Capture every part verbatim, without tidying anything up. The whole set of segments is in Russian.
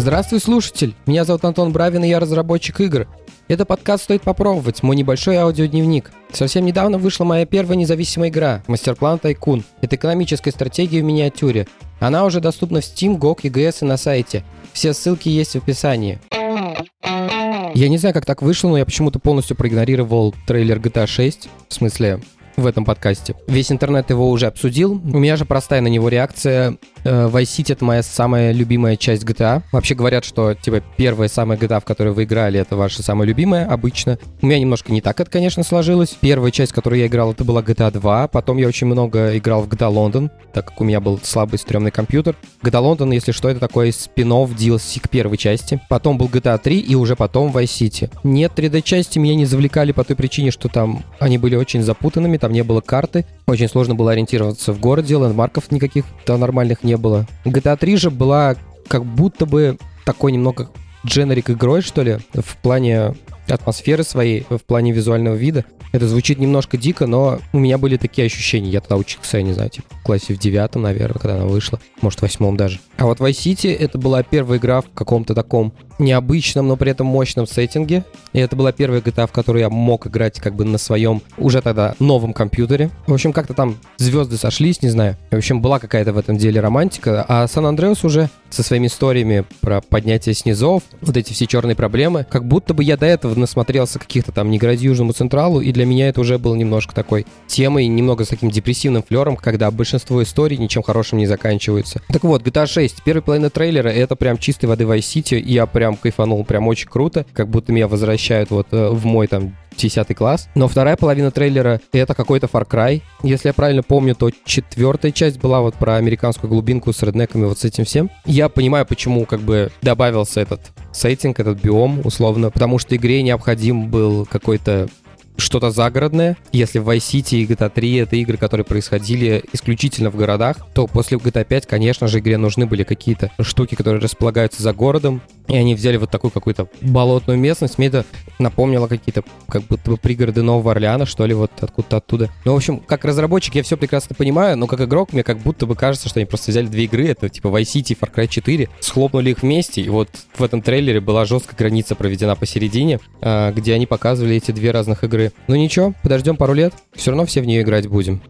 Здравствуй, слушатель! Меня зовут Антон Бравин, и я разработчик игр. Это подкаст «Стоит попробовать», мой небольшой аудиодневник. Совсем недавно вышла моя первая независимая игра «Мастерплан Тайкун». Это экономическая стратегия в миниатюре. Она уже доступна в Steam, джи о джи, и джи эс и на сайте. Все ссылки есть в описании. Я не знаю, как так вышло, но я почему-то полностью проигнорировал трейлер джи ти эй шесть. В смысле, в этом подкасте. Весь интернет его уже обсудил. У меня же простая на него реакция. Vice City — это моя самая любимая часть джи ти эй. Вообще говорят, что типа первая самая джи ти эй, в которой вы играли, это ваша самая любимая обычно. У меня немножко не так это, конечно, сложилось. Первая часть, в которой я играл, это была джи ти эй два. Потом я очень много играл в джи ти эй London, так как у меня был слабый стрёмный компьютер. джи ти эй London, если что, это такой спин-офф ди эл си к первой части. Потом был джи ти эй три и уже потом Vice City. Нет, три дэ-части меня не завлекали по той причине, что там они были очень запутанными, там не было карты. Очень сложно было ориентироваться в городе, лендмарков никаких-то нормальных не было. джи ти эй три же была как будто бы такой немного дженерик игрой, что ли, в плане атмосферы своей, в плане визуального вида. Это звучит немножко дико, но у меня были такие ощущения. Я тогда учился, я не знаю, типа в классе в девятом, наверное, когда она вышла. Может, в восьмом даже. А вот Vice City — это была первая игра в каком-то таком необычном, но при этом мощном сеттинге. И это была первая джи ти эй, в которую я мог играть как бы на своем уже тогда новом компьютере. В общем, как-то там звезды сошлись, не знаю. В общем, была какая-то в этом деле романтика. А San Andreas уже со своими историями про поднятие снизов, вот эти все черные проблемы, как будто бы я до этого насмотрелся каких-то там «Не грози Южному Централу», и для меня это уже было немножко такой темой, немного с таким депрессивным флером, когда большинство историй ничем хорошим не заканчиваются. Так вот, джи ти эй шесть, первая половина трейлера — это прям чистой воды Vice City, и я прям кайфанул, прям очень круто, как будто меня возвращают вот э, в мой там десятый класс. Но вторая половина трейлера — это какой-то Far Cry. Если я правильно помню, то четвертая часть была вот про американскую глубинку с реднеками, вот с этим всем. Я понимаю, почему как бы добавился этот сеттинг, этот биом, условно, потому что игре необходим был какой-то что-то загородное. Если в Vice City и джи ти эй три — это игры, которые происходили исключительно в городах, то после джи ти эй пять, конечно же, игре нужны были какие-то штуки, которые располагаются за городом, и они взяли вот такую какую-то болотную местность. Мне это напомнило какие-то как будто бы пригороды Нового Орлеана, что ли, вот откуда-то оттуда. Ну, в общем, как разработчик я все прекрасно понимаю, но как игрок мне как будто бы кажется, что они просто взяли две игры, это типа Vice City и Far Cry четыре, схлопнули их вместе, и вот в этом трейлере была жесткая граница проведена посередине, где они показывали эти две разных игры. Ну ничего, подождем пару лет, все равно все в нее играть будем.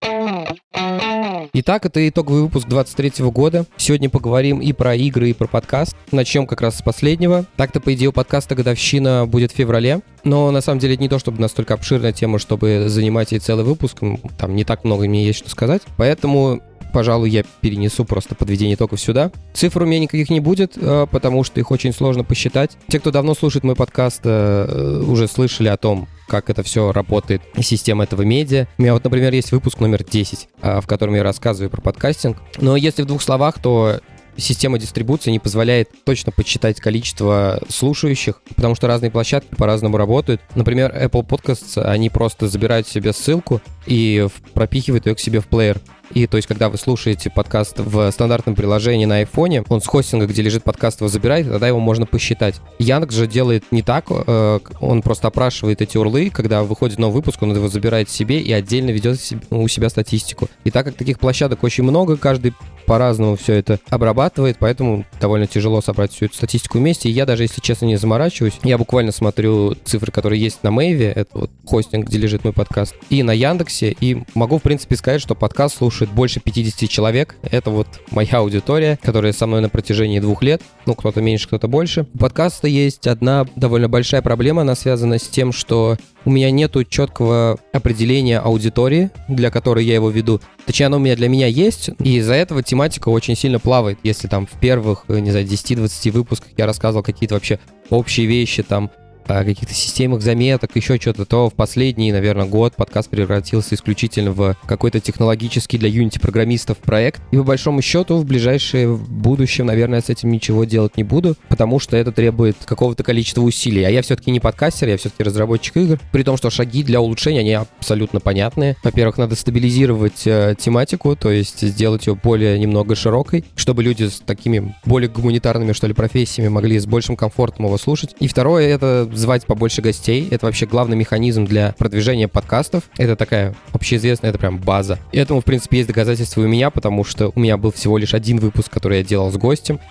Итак, это итоговый выпуск двадцать третьего года. Сегодня поговорим и про игры, и про подкаст. Начнем как раз с последнего. Так-то, по идее, у подкаста годовщина будет в феврале. Но на самом деле это не то, чтобы настолько обширная тема, чтобы занимать ей целый выпуск. Там не так много мне есть что сказать. Поэтому, пожалуй, я перенесу просто подведение итогов сюда. Цифр у меня никаких не будет, потому что их очень сложно посчитать. Те, кто давно слушает мой подкаст, уже слышали о том, как это все работает, система этого медиа. У меня вот, например, есть выпуск номер десять, в котором я рассказываю про подкастинг. Но если в двух словах, то система дистрибуции не позволяет точно подсчитать количество слушающих, потому что разные площадки по-разному работают. Например, Apple Podcasts, они просто забирают себе ссылку и пропихивают ее к себе в плеер. И то есть, когда вы слушаете подкаст в стандартном приложении на айфоне, он с хостинга, где лежит подкаст, его забирает, тогда его можно посчитать. Яндекс же делает не так, он просто опрашивает эти урлы, когда выходит новый выпуск, он его забирает себе и отдельно ведет у себя статистику. И так как таких площадок очень много, каждый по-разному все это обрабатывает, поэтому довольно тяжело собрать всю эту статистику вместе. И я даже, если честно, не заморачиваюсь. Я буквально смотрю цифры, которые есть на Мэйве, это вот хостинг, где лежит мой подкаст, и на Яндексе, и могу, в принципе, сказать, что подкаст слушает больше пятьдесят человек. Это вот моя аудитория, которая со мной на протяжении двух лет. Ну, кто-то меньше, кто-то больше. У подкаста есть одна довольно большая проблема, она связана с тем, что у меня нету четкого определения аудитории, для которой я его веду. Точнее, оно у меня для меня есть, и из-за этого тематика очень сильно плавает. Если там в первых, не знаю, десять-двадцать выпусках я рассказывал какие-то вообще общие вещи, там, о каких-то системах заметок, еще что-то, то в последний, наверное, год подкаст превратился исключительно в какой-то технологический для Unity-программистов проект. И по большому счету в ближайшее будущее, наверное, с этим ничего делать не буду, потому что это требует какого-то количества усилий. А я все-таки не подкастер, я все-таки разработчик игр. При том, что шаги для улучшения, они абсолютно понятные. Во-первых, надо стабилизировать э, тематику, то есть сделать ее более немного широкой, чтобы люди с такими более гуманитарными, что ли, профессиями могли с большим комфортом его слушать. И второе — это звать побольше гостей. Это вообще главный механизм для продвижения подкастов. Это такая общеизвестная, это прям база. И этому, в принципе, есть доказательства у меня, потому что у меня был всего лишь один выпуск, который я делал с гостем.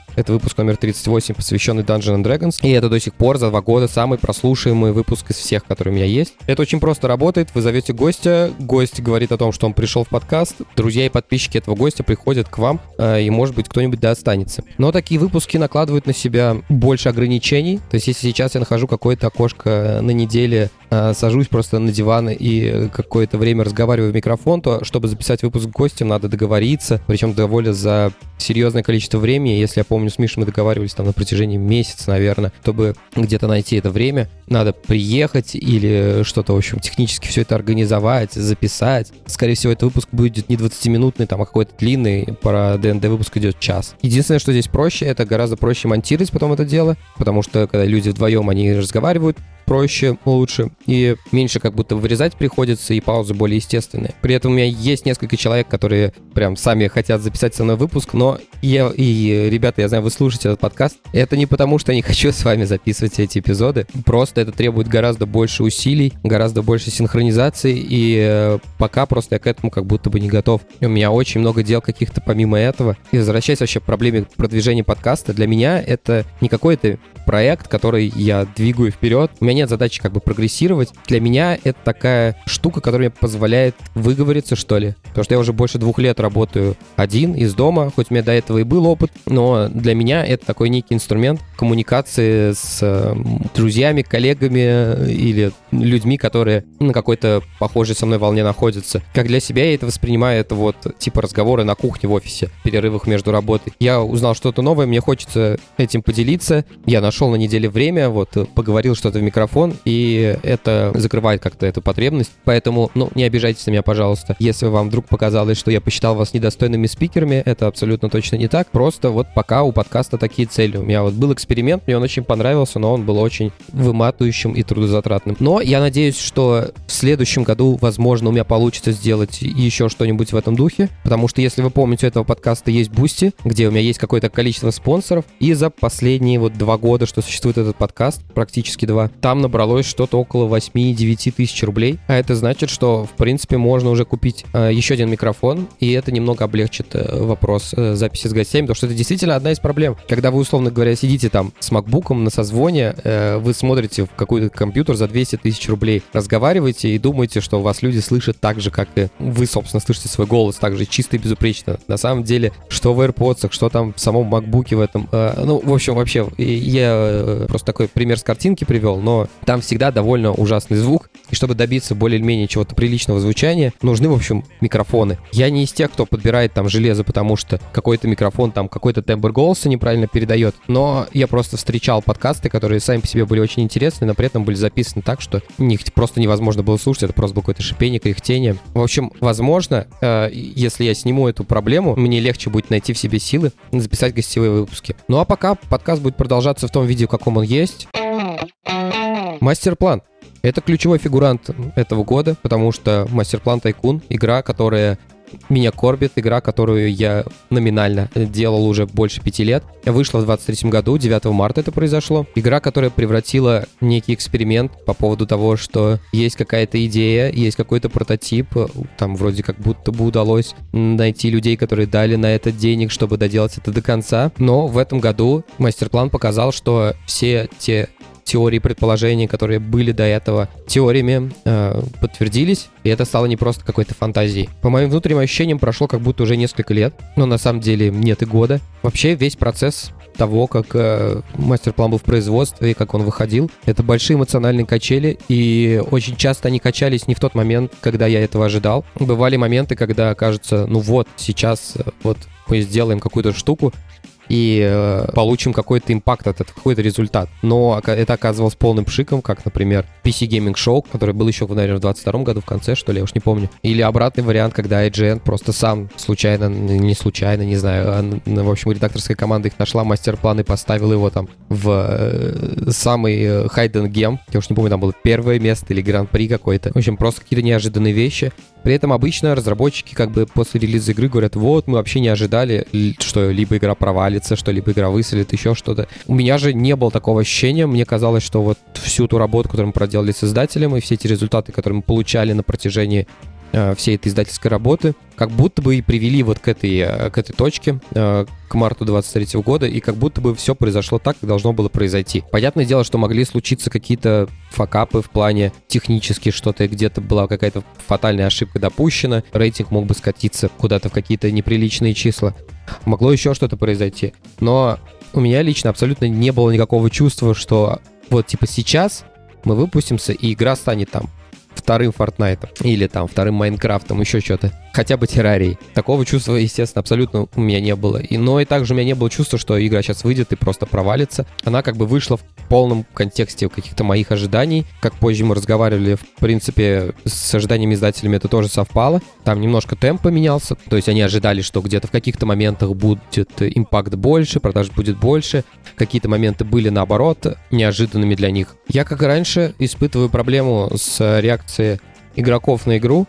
Это выпуск номер тридцать восемь, посвященный Dungeons and Dragons. И это до сих пор за два года самый прослушиваемый выпуск из всех, которые у меня есть. Это очень просто работает. Вы зовете гостя, гость говорит о том, что он пришел в подкаст. Друзья и подписчики этого гостя приходят к вам, и, может быть, кто-нибудь да останется. Но такие выпуски накладывают на себя больше ограничений. То есть, если сейчас я нахожу какое-то окошко на неделе, сажусь просто на диван и какое-то время разговариваю в микрофон, то, чтобы записать выпуск с гостем, надо договориться, причем довольно за серьезное количество времени. Если я помню, с Мишей мы договаривались там на протяжении месяца, наверное, чтобы где-то найти это время. Надо приехать или что-то, в общем, технически все это организовать, записать. Скорее всего, этот выпуск будет не двадцатиминутный, там, а какой-то длинный. Про ДНД выпуск идет час. Единственное, что здесь проще, это гораздо проще монтировать потом это дело, потому что когда люди вдвоем, они разговаривают проще, лучше, и меньше как будто вырезать приходится, и паузы более естественные. При этом у меня есть несколько человек, которые прям сами хотят записать со мной выпуск, но я, и, ребята, я знаю, вы слушаете этот подкаст. Это не потому, что я не хочу с вами записывать эти эпизоды, просто это требует гораздо больше усилий, гораздо больше синхронизации, и э, пока просто я к этому как будто бы не готов. У меня очень много дел каких-то помимо этого. И возвращаясь вообще к проблеме продвижения подкаста, для меня это не какой-то проект, который я двигаю вперед. У меня нет задачи как бы прогрессировать. Для меня это такая штука, которая мне позволяет выговориться, что ли. Потому что я уже больше двух лет работаю один из дома, хоть у меня до этого и был опыт, но для меня это такой некий инструмент коммуникации с э, друзьями, коллегами или людьми, которые на какой-то похожей со мной волне находятся. Как для себя я это воспринимаю, это вот типа разговоры на кухне в офисе, в перерывах между работой. Я узнал что-то новое, мне хочется этим поделиться. Я нашел на неделе время, вот, поговорил что-то в микрофон, и это закрывает как-то эту потребность. Поэтому, ну, не обижайтесь на меня, пожалуйста. Если вам вдруг показалось, что я посчитал вас недостойными спикерами, это абсолютно точно не так. Просто вот пока у подкаста такие цели. У меня вот был эксперимент, мне он очень понравился, но он был очень выматывающим и трудозатратным. Но я надеюсь, что в следующем году, возможно, у меня получится сделать еще что-нибудь в этом духе, потому что, если вы помните, у этого подкаста есть Boosty, где у меня есть какое-то количество спонсоров, и за последние вот два года, что существует этот подкаст, практически два, там набралось что-то около восемь-девять тысяч рублей, а это значит, что, в принципе, можно уже купить э, еще один микрофон, и это немного облегчит э, вопрос э, записи с гостями, потому что это действительно одна из проблем. Когда вы, условно говоря, сидите там с макбуком на созвоне, э, вы смотрите в какой-то компьютер за двести тысяч рублей, разговариваете и думаете, что вас люди слышат так же, как и вы, собственно, слышите свой голос так же чисто и безупречно. На самом деле, что в AirPods, что там в самом макбуке в этом, э, ну, в общем, вообще, я просто такой пример с картинки привел, но там всегда довольно ужасный звук, и чтобы добиться более-менее чего-то приличного звучания, нужны, в общем, микрофоны. Я не из тех, кто подбирает там железо, потому что какой-то микрофон там какой-то тембр голоса неправильно передает, но я просто встречал подкасты, которые сами по себе были очень интересны, но при этом были записаны так, что их просто невозможно было слушать, это просто было какое-то шипение, кряхтение. В общем, возможно, э, если я сниму эту проблему, мне легче будет найти в себе силы записать гостевые выпуски. Ну а пока подкаст будет продолжаться в том виде, в каком он есть. Мастер-план. Это ключевой фигурант этого года, потому что Мастер-план Тайкун — игра, которая меня кормит, игра, которую я номинально делал уже больше пяти лет. Вышла в двадцать третьем году, девятого марта это произошло. Игра, которая превратила некий эксперимент по поводу того, что есть какая-то идея, есть какой-то прототип, там вроде как будто бы удалось найти людей, которые дали на это денег, чтобы доделать это до конца. Но в этом году мастер-план показал, что все те теории, предположения, которые были до этого теориями, э, подтвердились, и это стало не просто какой-то фантазией. По моим внутренним ощущениям прошло как будто уже несколько лет, но на самом деле нет и года. Вообще весь процесс того, как э, мастер-план был в производстве и как он выходил, это большие эмоциональные качели, и очень часто они качались не в тот момент, когда я этого ожидал. Бывали моменты, когда кажется, ну вот, сейчас вот мы сделаем какую-то штуку, и э, получим какой-то импакт от этого, какой-то результат. Но это оказывалось полным пшиком, как, например, пи си Gaming Show, который был еще, наверное, в двадцать втором году, в конце, что ли, я уж не помню. Или обратный вариант, когда ай джи эн просто сам случайно, не случайно, не знаю, а, в общем, редакторская команда их нашла, мастер-план и поставила его там в э, самый hidden game. Я уж не помню, там было первое место или гран-при какой-то. В общем, просто какие-то неожиданные вещи. При этом обычно разработчики как бы после релиза игры говорят, вот, мы вообще не ожидали, что либо игра провалится, что либо игра выстрелит, еще что-то. У меня же не было такого ощущения. Мне казалось, что вот всю ту работу, которую мы проделали с издателем, и все эти результаты, которые мы получали на протяжении э, всей этой издательской работы, как будто бы и привели вот к этой, к этой точке, э, к марту двадцать третьего года, и как будто бы все произошло так, как должно было произойти. Понятное дело, что могли случиться какие-то факапы в плане технически, что-то где-то была какая-то фатальная ошибка допущена, рейтинг мог бы скатиться куда-то в какие-то неприличные числа. Могло еще что-то произойти. Но у меня лично абсолютно не было никакого чувства, что вот типа сейчас мы выпустимся, и игра станет там вторым Fortnite или там вторым Майнкрафтом, еще что-то. Хотя бы террарией. Такого чувства, естественно, абсолютно у меня не было. И, но и также у меня не было чувства, что игра сейчас выйдет и просто провалится. Она как бы вышла в полном контексте каких-то моих ожиданий. Как позже мы разговаривали, в принципе, с ожиданиями издателями это тоже совпало. Там немножко темп поменялся. То есть они ожидали, что где-то в каких-то моментах будет импакт больше, продаж будет больше. Какие-то моменты были, наоборот, неожиданными для них. Я, как и раньше, испытываю проблему с реакцией игроков на игру,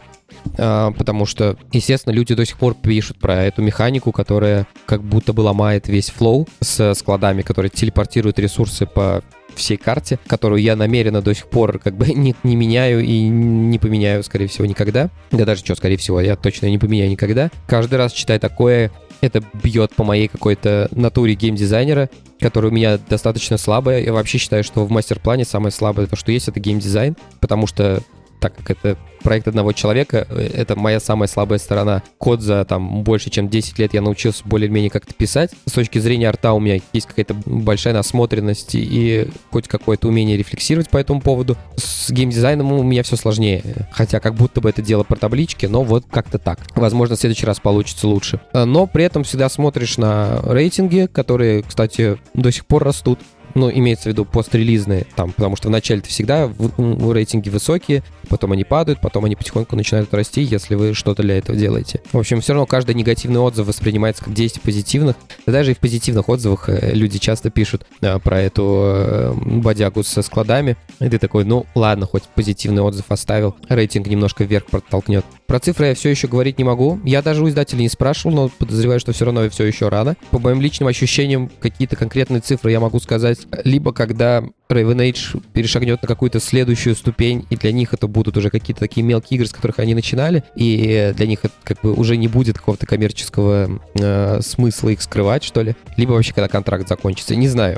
потому что, естественно, люди до сих пор пишут про эту механику, которая как будто бы ломает весь флоу с складами, которые телепортируют ресурсы по всей карте, которую я намеренно до сих пор как бы не, не меняю и не поменяю, скорее всего, никогда. Да даже что, скорее всего, я точно не поменяю никогда. Каждый раз, читая такое, это бьет по моей какой-то натуре геймдизайнера, которая у меня достаточно слабая. Я вообще считаю, что в мастер-плане самое слабое, то, что есть, это геймдизайн, потому что так как это проект одного человека, это моя самая слабая сторона. Код за там больше, чем десять лет я научился более-менее как-то писать. С точки зрения арта у меня есть какая-то большая насмотренность и хоть какое-то умение рефлексировать по этому поводу. С геймдизайном у меня все сложнее. Хотя как будто бы это дело про таблички, но вот как-то так. Возможно, в следующий раз получится лучше. Но при этом всегда смотришь на рейтинги, которые, кстати, до сих пор растут. Ну, имеется в виду пострелизные, там, потому что вначале-то всегда в, в рейтинги высокие, потом они падают, потом они потихоньку начинают расти, если вы что-то для этого делаете. В общем, все равно каждый негативный отзыв воспринимается как десять позитивных. Да даже и в позитивных отзывах люди часто пишут а, про эту а, бодягу со складами. И ты такой, ну, ладно, хоть позитивный отзыв оставил, рейтинг немножко вверх подтолкнет. Про цифры я все еще говорить не могу. Я даже у издателей не спрашивал, но подозреваю, что все равно все еще рано. По моим личным ощущениям, какие-то конкретные цифры я могу сказать либо когда Raven Age перешагнет на какую-то следующую ступень, и для них это будут уже какие-то такие мелкие игры, с которых они начинали, и для них это как бы уже не будет какого-то коммерческого э, смысла их скрывать, что ли. Либо вообще, когда контракт закончится. Не знаю.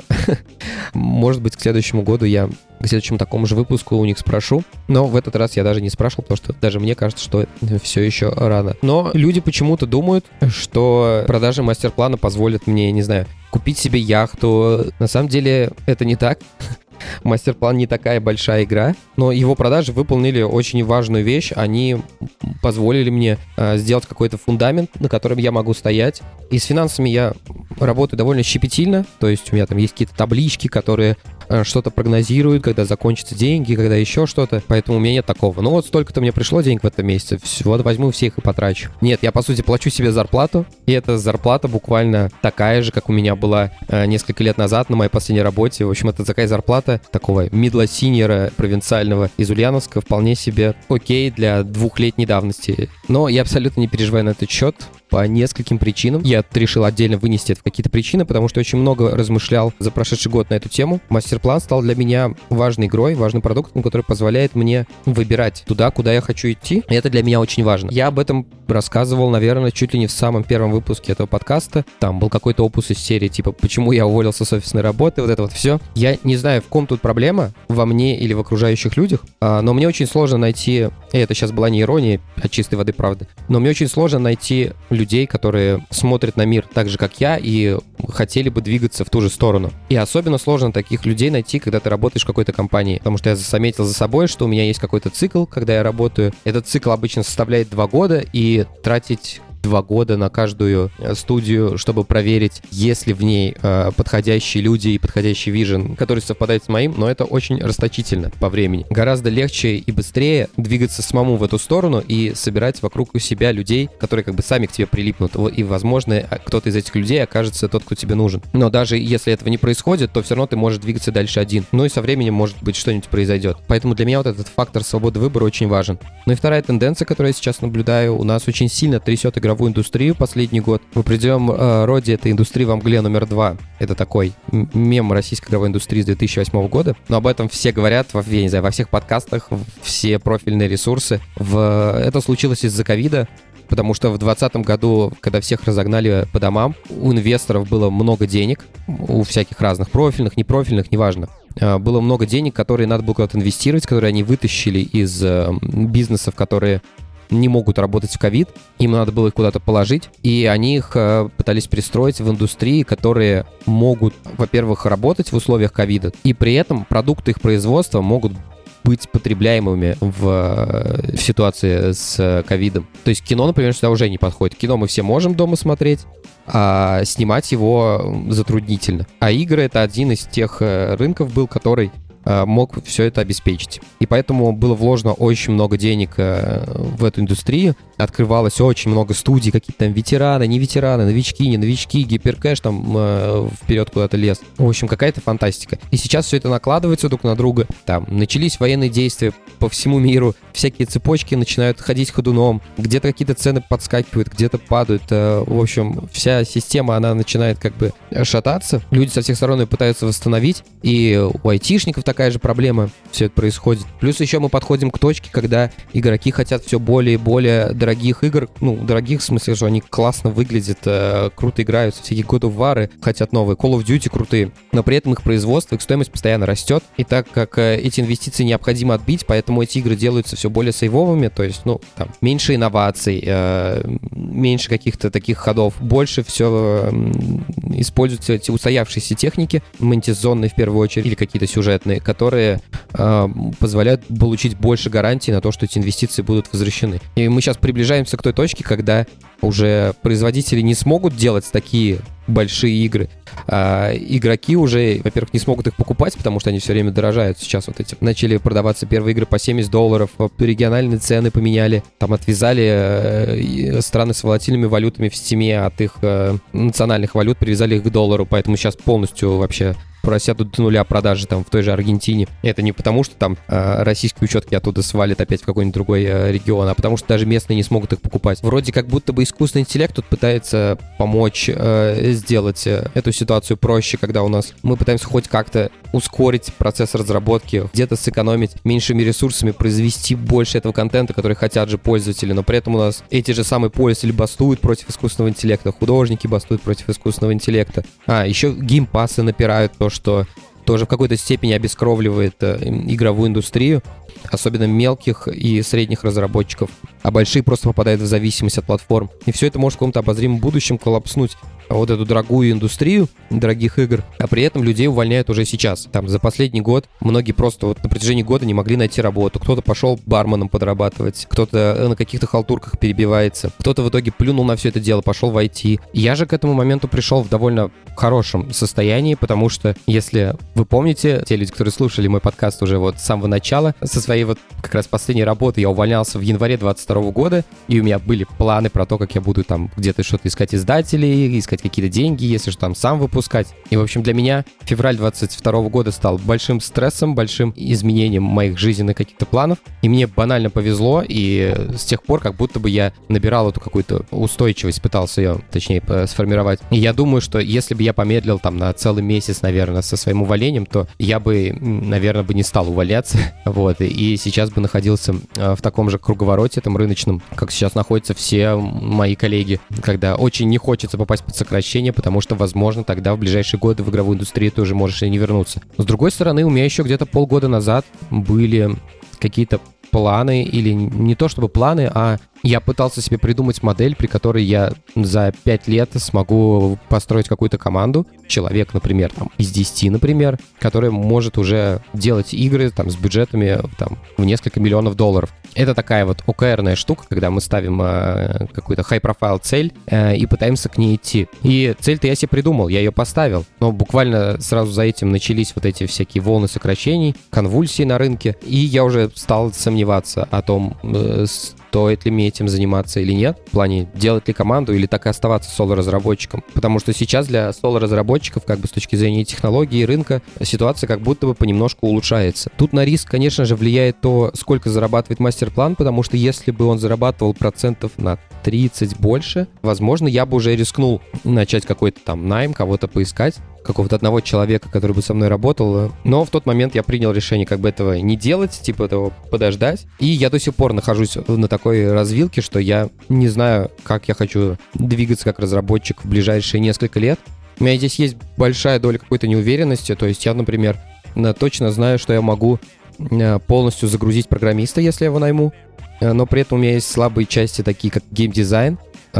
Может быть, к следующему году я к следующему такому же выпуску у них спрошу, но в этот раз я даже не спрашивал, потому что даже мне кажется, что все еще рано. Но люди почему-то думают, что продажи мастер-плана позволят мне, не знаю, купить себе яхту. На самом деле это не так. Мастер-план не такая большая игра, но его продажи выполнили очень важную вещь. Они позволили мне э, сделать какой-то фундамент, на котором я могу стоять. И с финансами я работаю довольно щепетильно, то есть у меня там есть какие-то таблички, которые э, что-то прогнозируют, когда закончатся деньги, когда еще что-то, поэтому у меня нет такого. Ну вот столько-то мне пришло денег в этом месяце, вот возьму всех и потрачу. Нет, я по сути плачу себе зарплату, и эта зарплата буквально такая же, как у меня была э, несколько лет назад на моей последней работе. В общем, это такая зарплата такого мидла-синьора провинциального из Ульяновска вполне себе окей для двухлетней давности. Но я абсолютно не переживаю на этот счет по нескольким причинам. Я решил отдельно вынести это в какие-то причины, потому что очень много размышлял за прошедший год на эту тему. Мастер-план стал для меня важной игрой, важным продуктом, который позволяет мне выбирать туда, куда я хочу идти. И это для меня очень важно. Я об этом рассказывал, наверное, чуть ли не в самом первом выпуске этого подкаста. Там был какой-то опус из серии, типа, почему я уволился с офисной работы, вот это вот все. Я не знаю, в ком тут проблема, во мне или в окружающих людях, но мне очень сложно найти, и это сейчас была не ирония, а чистой воды правда, но мне очень сложно найти людей, которые смотрят на мир так же, как я, и хотели бы двигаться в ту же сторону. И особенно сложно таких людей найти, когда ты работаешь в какой-то компании, потому что я заметил за собой, что у меня есть какой-то цикл, когда я работаю. Этот цикл обычно составляет два года, и тратить два года на каждую студию, чтобы проверить, есть ли в ней э, подходящие люди и подходящий вижен, который совпадает с моим, но это очень расточительно по времени. Гораздо легче и быстрее двигаться самому в эту сторону и собирать вокруг себя людей, которые как бы сами к тебе прилипнут. И, возможно, кто-то из этих людей окажется тот, кто тебе нужен. Но даже если этого не происходит, то все равно ты можешь двигаться дальше один. Ну и со временем, может быть, что-нибудь произойдет. Поэтому для меня вот этот фактор свободы выбора очень важен. Ну и вторая тенденция, которую я сейчас наблюдаю, у нас очень сильно трясет игровой игровую индустрию последний год. В определенном э, роде это индустрия во мгле номер два. Это такой мем российской игровой индустрии с две тысячи восьмого года. Но об этом все говорят, во, я не знаю, во всех подкастах, все профильные ресурсы. В... Это случилось из-за ковида. Потому что в двадцатом году, когда всех разогнали по домам, у инвесторов было много денег, у всяких разных профильных, непрофильных, неважно. Было много денег, которые надо было куда-то инвестировать, которые они вытащили из бизнесов, которые не могут работать в ковид, им надо было их куда-то положить, и они их пытались пристроить в индустрии, которые могут, во-первых, работать в условиях ковида, и при этом продукты их производства могут быть потребляемыми в, в ситуации с ковидом. То есть кино, например, сюда уже не подходит. Кино мы все можем дома смотреть, а снимать его затруднительно. А игры — это один из тех рынков был, который мог все это обеспечить. И поэтому было вложено очень много денег в эту индустрию. Открывалось очень много студий, какие-то там ветераны, не ветераны, новички, не новички, гиперкэш там вперед куда-то лез. В общем, какая-то фантастика. И сейчас все это накладывается друг на друга. Там начались военные действия по всему миру, всякие цепочки начинают ходить ходуном, где-то какие-то цены подскакивают, где-то падают. В общем, вся система, она начинает как бы шататься. Люди со всех сторон ее пытаются восстановить, и у айтишников такая же проблема, все это происходит. Плюс еще мы подходим к точке, когда игроки хотят все более и более дорогих игр, ну, дорогих в смысле, что они классно выглядят, э, круто играются, всякие God of War хотят новые, Call of Duty крутые, но при этом их производство, их стоимость постоянно растет, и так как э, эти инвестиции необходимо отбить, поэтому эти игры делаются все более сейвовыми, то есть, ну, там, меньше инноваций, э, меньше каких-то таких ходов, больше все э, используются эти устоявшиеся техники, монетизационные в первую очередь, или какие-то сюжетные, которые э, позволяют получить больше гарантий на то, что эти инвестиции будут возвращены. И мы сейчас приближаемся к той точке, когда уже производители не смогут делать такие большие игры, а игроки уже, во-первых, не смогут их покупать, потому что они все время дорожают. Сейчас вот эти начали продаваться первые игры по семьдесят долларов, региональные цены поменяли, там отвязали э, страны с волатильными валютами в Стиме от их э, национальных валют, привязали их к доллару, поэтому сейчас полностью вообще просядут до нуля продажи там в той же Аргентине. Это не потому, что там э, российские учетки оттуда свалят опять в какой-нибудь другой э, регион, а потому что даже местные не смогут их покупать. Вроде как будто бы искусственный интеллект тут пытается помочь э, сделать э, эту ситуацию проще, когда у нас мы пытаемся хоть как-то ускорить процесс разработки, где-то сэкономить меньшими ресурсами, произвести больше этого контента, который хотят же пользователи, но при этом у нас эти же самые пользователи бастуют против искусственного интеллекта, художники бастуют против искусственного интеллекта. А, еще геймпассы напирают, то, что тоже в какой-то степени обескровливает э, игровую индустрию, особенно мелких и средних разработчиков, а большие просто попадают в зависимость от платформ. И все это может в каком-то обозримом будущем коллапснуть вот эту дорогую индустрию дорогих игр, а при этом людей увольняют уже сейчас. Там за последний год многие просто вот на протяжении года не могли найти работу. Кто-то пошел барменом подрабатывать, кто-то на каких-то халтурках перебивается, кто-то в итоге плюнул на все это дело, пошел в ай ти. Я же к этому моменту пришел в довольно хорошем состоянии, потому что, если вы помните, те люди, которые слушали мой подкаст уже вот с самого начала, со своей вот как раз последней работы я увольнялся в январе двадцать второго года, и у меня были планы про то, как я буду там где-то что-то искать издателей, искать какие-то деньги, если что, там сам выпускать. И, в общем, для меня февраль двадцать второго года стал большим стрессом, большим изменением моих жизненных каких-то планов. И мне банально повезло, и с тех пор как будто бы я набирал эту какую-то устойчивость, пытался ее, точнее, сформировать. И я думаю, что если бы я помедлил там на целый месяц, наверное, со своим увольнением, то я бы, наверное, бы не стал увольняться. Вот. И сейчас бы находился в таком же круговороте, там, рыночном, как сейчас находятся все мои коллеги, когда очень не хочется попасть под сокращение, потому что, возможно, тогда в ближайшие годы в игровую индустрию ты уже можешь и не вернуться. С другой стороны, у меня еще где-то полгода назад были какие-то планы, или не то чтобы планы, а я пытался себе придумать модель, при которой я за пять лет смогу построить какую-то команду, человек, например, там, из десяти, например, который может уже делать игры там, с бюджетами там, в несколько миллионов долларов. Это такая вот о ка эр-ная штука, когда мы ставим э, какую-то high-profile цель э, и пытаемся к ней идти. И цель-то я себе придумал, я ее поставил, но буквально сразу за этим начались вот эти всякие волны сокращений, конвульсии на рынке, и я уже стал сомневаться о том, э, стоит ли мне этим заниматься или нет, в плане делать ли команду или так и оставаться соло-разработчиком. Потому что сейчас для соло-разработчиков, как бы с точки зрения технологий и рынка, ситуация как будто бы понемножку улучшается. Тут на риск, конечно же, влияет то, сколько зарабатывает мастер-план, потому что если бы он зарабатывал процентов на тридцать больше, возможно, я бы уже рискнул начать какой-то там найм, кого-то поискать, какого-то одного человека, который бы со мной работал. Но в тот момент я принял решение как бы этого не делать, типа этого подождать. И я до сих пор нахожусь на такой развилке, что я не знаю, как я хочу двигаться как разработчик в ближайшие несколько лет. У меня здесь есть большая доля какой-то неуверенности. То есть я, например, точно знаю, что я могу полностью загрузить программиста, если я его найму. Но при этом у меня есть слабые части, такие как геймдизайн.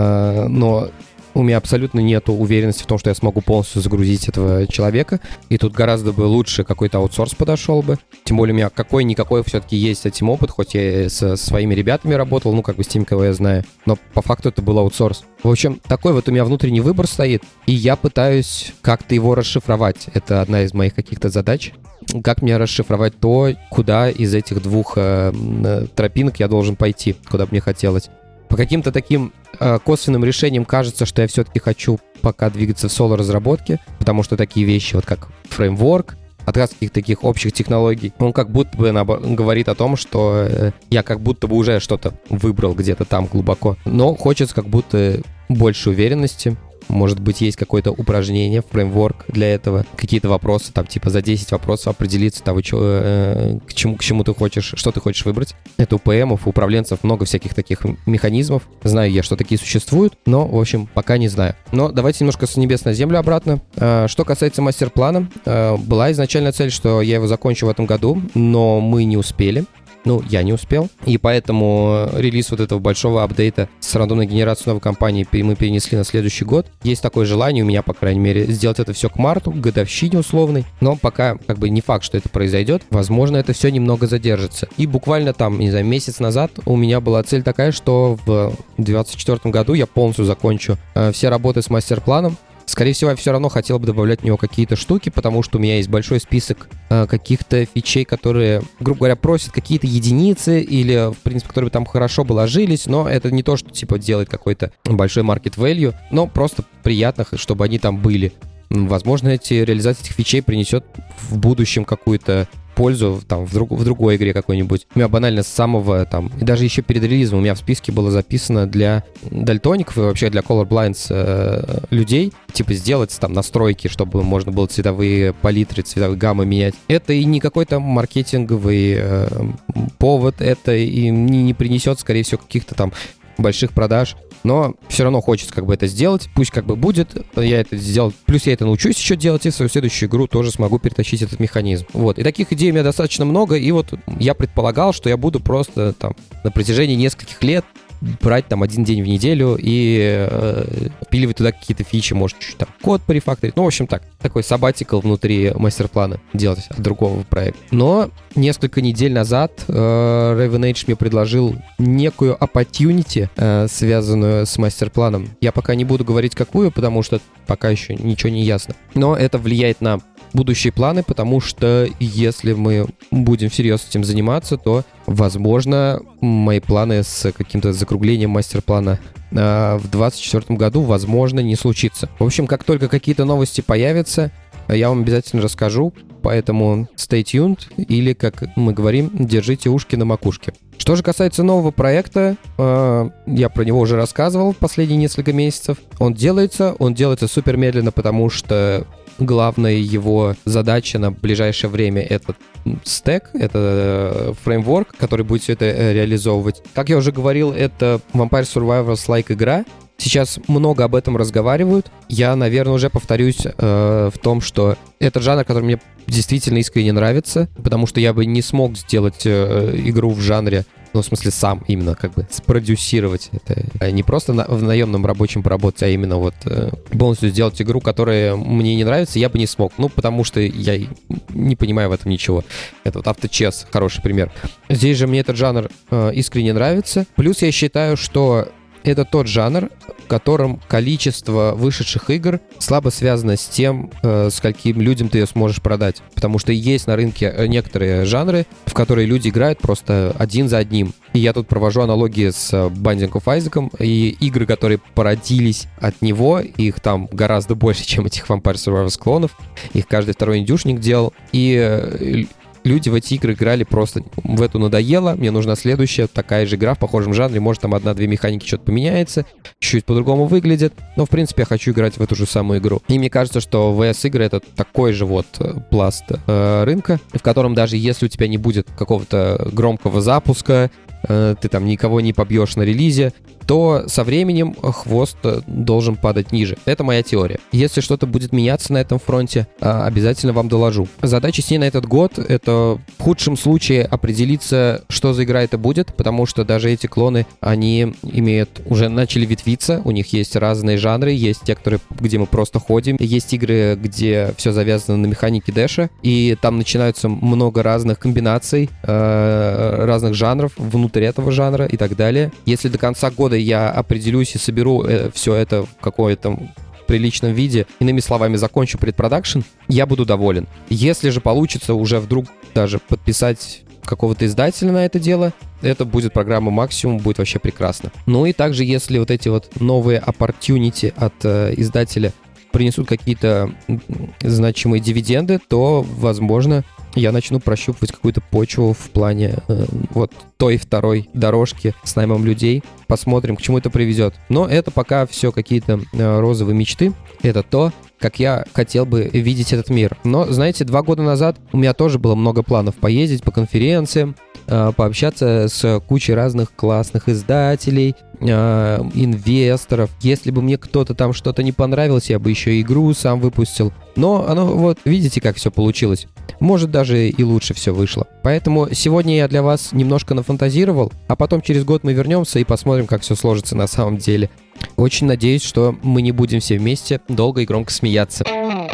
Но у меня абсолютно нет уверенности в том, что я смогу полностью загрузить этого человека. И тут гораздо бы лучше какой-то аутсорс подошел бы. Тем более у меня какой-никакой все-таки есть с этим опыт, хоть я со своими ребятами работал, ну как бы с теми, кого я знаю. Но по факту это был аутсорс. В общем, такой вот у меня внутренний выбор стоит. И я пытаюсь как-то его расшифровать. Это одна из моих каких-то задач. Как мне расшифровать то, куда из этих двух э, тропинок я должен пойти, куда бы мне хотелось. По каким-то таким э, косвенным решениям кажется, что я все-таки хочу пока двигаться в соло-разработке, потому что такие вещи, вот как фреймворк, отказ от каких-то таких общих технологий, он как будто бы говорит о том, что э, я как будто бы уже что-то выбрал где-то там глубоко. Но хочется как будто больше уверенности. Может быть, есть какое-то упражнение, фреймворк для этого, какие-то вопросы, там, типа, за десять вопросов определиться того, чё, э, к, чему, к чему ты хочешь, что ты хочешь выбрать. Это у пи эмов, у управленцев много всяких таких механизмов. Знаю я, что такие существуют, но, в общем, пока не знаю. Но давайте немножко с небес на землю обратно. Э, что касается мастер-плана, э, была изначальная цель, что я его закончу в этом году, но мы не успели. Ну, я не успел, и поэтому релиз вот этого большого апдейта с рандомной генерацией новой компании мы перенесли на следующий год. Есть такое желание у меня, по крайней мере, сделать это все к марту, к годовщине условной, но пока как бы не факт, что это произойдет. Возможно, это все немного задержится. И буквально там, не знаю, месяц назад у меня была цель такая, что в двадцать четвёртом году я полностью закончу э, все работы с мастер-планом. Скорее всего, я все равно хотел бы добавлять в него какие-то штуки, потому что у меня есть большой список э, каких-то фичей, которые, грубо говоря, просят какие-то единицы или, в принципе, которые там хорошо бы ложились, но это не то, что, типа, делает какой-то большой market value, но просто приятно, чтобы они там были. Возможно, эти, реализация этих фичей принесет в будущем какую-то пользу там, в, друг, в другой игре какой-нибудь. У меня банально с самого там, и даже еще перед релизом у меня в списке было записано для дальтоников и вообще для colorblind э, людей, типа сделать там настройки, чтобы можно было цветовые палитры, цветовые гаммы менять. Это и не какой-то маркетинговый э, повод, это и не, не принесет, скорее всего, каких-то там больших продаж, но все равно хочется как бы это сделать, пусть как бы будет, я это сделал, плюс я это научусь еще делать, и в свою следующую игру тоже смогу перетащить этот механизм. Вот, и таких идей у меня достаточно много, и вот я предполагал, что я буду просто там на протяжении нескольких лет брать там один день в неделю и э, впиливать туда какие-то фичи, может, чуть-чуть там код порефакторить. Ну, в общем, так, такой сабатикл внутри мастер-плана делать от другого проекта. Но несколько недель назад э, Raven Age мне предложил некую opportunity, э, связанную с мастер-планом. Я пока не буду говорить какую, потому что пока еще ничего не ясно. Но это влияет на будущие планы, потому что если мы будем всерьез этим заниматься, то, возможно, мои планы с каким-то закруглением мастер-плана э, в двадцать четвёртом году, возможно, не случится. В общем, как только какие-то новости появятся, я вам обязательно расскажу, поэтому stay tuned, или, как мы говорим, держите ушки на макушке. Что же касается нового проекта, э, я про него уже рассказывал в последние несколько месяцев. Он делается, он делается супер медленно, потому что главная его задача на ближайшее время — это стэк, это фреймворк, который будет все это реализовывать. Как я уже говорил, это Vampire Survivors-like игра. Сейчас много об этом разговаривают. Я, наверное, уже повторюсь э, в том, что это жанр, который мне действительно искренне нравится, потому что я бы не смог сделать э, игру в жанре, ну, в смысле, сам именно как бы спродюсировать это. Не просто на, в наемном рабочем поработать, а именно вот э, полностью сделать игру, которая мне не нравится, я бы не смог. Ну, потому что я не понимаю в этом ничего. Это вот авточес, хороший пример. Здесь же мне этот жанр э, искренне нравится. Плюс я считаю, что это тот жанр, в котором количество вышедших игр слабо связано с тем, э, скольким людям ты ее сможешь продать. Потому что есть на рынке некоторые жанры, в которые люди играют просто один за одним. И я тут провожу аналогии с Binding of Isaac, и игры, которые породились от него, их там гораздо больше, чем этих Vampire Survivors клонов. Их каждый второй индюшник делал. И люди в эти игры играли просто, в эту надоело, мне нужна следующая, такая же игра в похожем жанре, может там одна-две механики что-то поменяется, чуть-чуть по-другому выглядит, но в принципе я хочу играть в эту же самую игру. И мне кажется, что ви эс-игры — это такой же вот пласт э, рынка, в котором даже если у тебя не будет какого-то громкого запуска, э, ты там никого не побьешь на релизе, то со временем хвост должен падать ниже. Это моя теория. Если что-то будет меняться на этом фронте, обязательно вам доложу. Задача с ней на этот год — это в худшем случае определиться, что за игра это будет, потому что даже эти клоны, они имеют, уже начали ветвиться, у них есть разные жанры, есть те, которые, где мы просто ходим, есть игры, где все завязано на механике дэша, и там начинаются много разных комбинаций, разных жанров внутри этого жанра и так далее. Если до конца года я определюсь и соберу э, все это в какой-то приличном виде, иными словами, закончу предпродакшн, я буду доволен. Если же получится уже вдруг даже подписать какого-то издателя на это дело, это будет программа максимум, будет вообще прекрасно. Ну и также, если вот эти вот новые opportunity от э, издателя принесут какие-то значимые дивиденды, то, возможно, я начну прощупывать какую-то почву в плане э, вот той второй дорожки с наймом людей. Посмотрим, к чему это приведет. Но это пока все какие-то э, розовые мечты. Это то, как я хотел бы видеть этот мир. Но, знаете, два года назад у меня тоже было много планов поездить по конференциям, э, пообщаться с кучей разных классных издателей, э, инвесторов. Если бы мне кто-то там что-то не понравилось, я бы еще игру сам выпустил. Но оно, вот, видите, как все получилось. Может, даже и лучше все вышло. Поэтому сегодня я для вас немножко нафантазировал, а потом через год мы вернемся и посмотрим, как все сложится на самом деле. Очень надеюсь, что мы не будем все вместе долго и громко смеяться.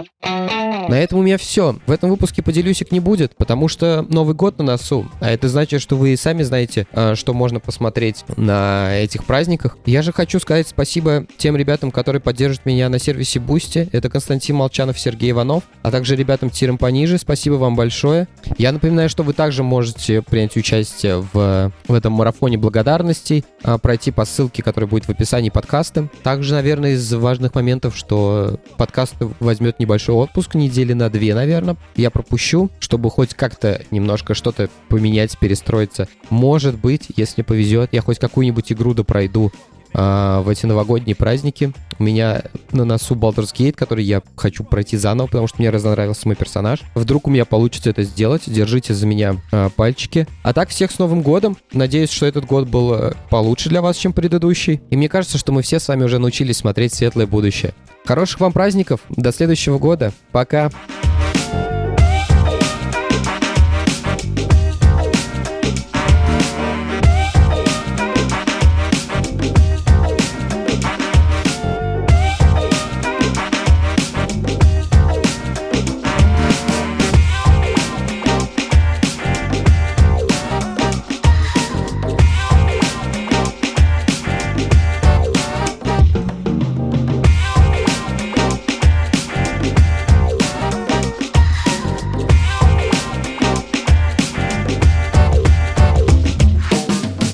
На этом у меня все. В этом выпуске поделюсик не будет, потому что Новый год на носу. А это значит, что вы сами знаете, что можно посмотреть на этих праздниках. Я же хочу сказать спасибо тем ребятам, которые поддерживают меня на сервисе Boosty. Это Константин Молчанов, Сергей Иванов, а также ребятам тиром пониже. Спасибо вам большое. Я напоминаю, что вы также можете принять участие в, в этом марафоне благодарностей, пройти по ссылке, которая будет в описании подкаста. Также, наверное, из важных моментов, что подкаст возьмет небольшой отпуск, недели на две, наверное, я пропущу, чтобы хоть как-то немножко что-то поменять, перестроиться. Может быть, если повезет, я хоть какую-нибудь игру допройду а, в эти новогодние праздники. У меня на носу Baldur's Gate, который я хочу пройти заново, потому что мне разонравился мой персонаж. Вдруг у меня получится это сделать. Держите за меня а, пальчики. А так, всех с Новым годом. Надеюсь, что этот год был а, получше для вас, чем предыдущий. И мне кажется, что мы все с вами уже научились смотреть в светлое будущее. Хороших вам праздников. До следующего года. Пока.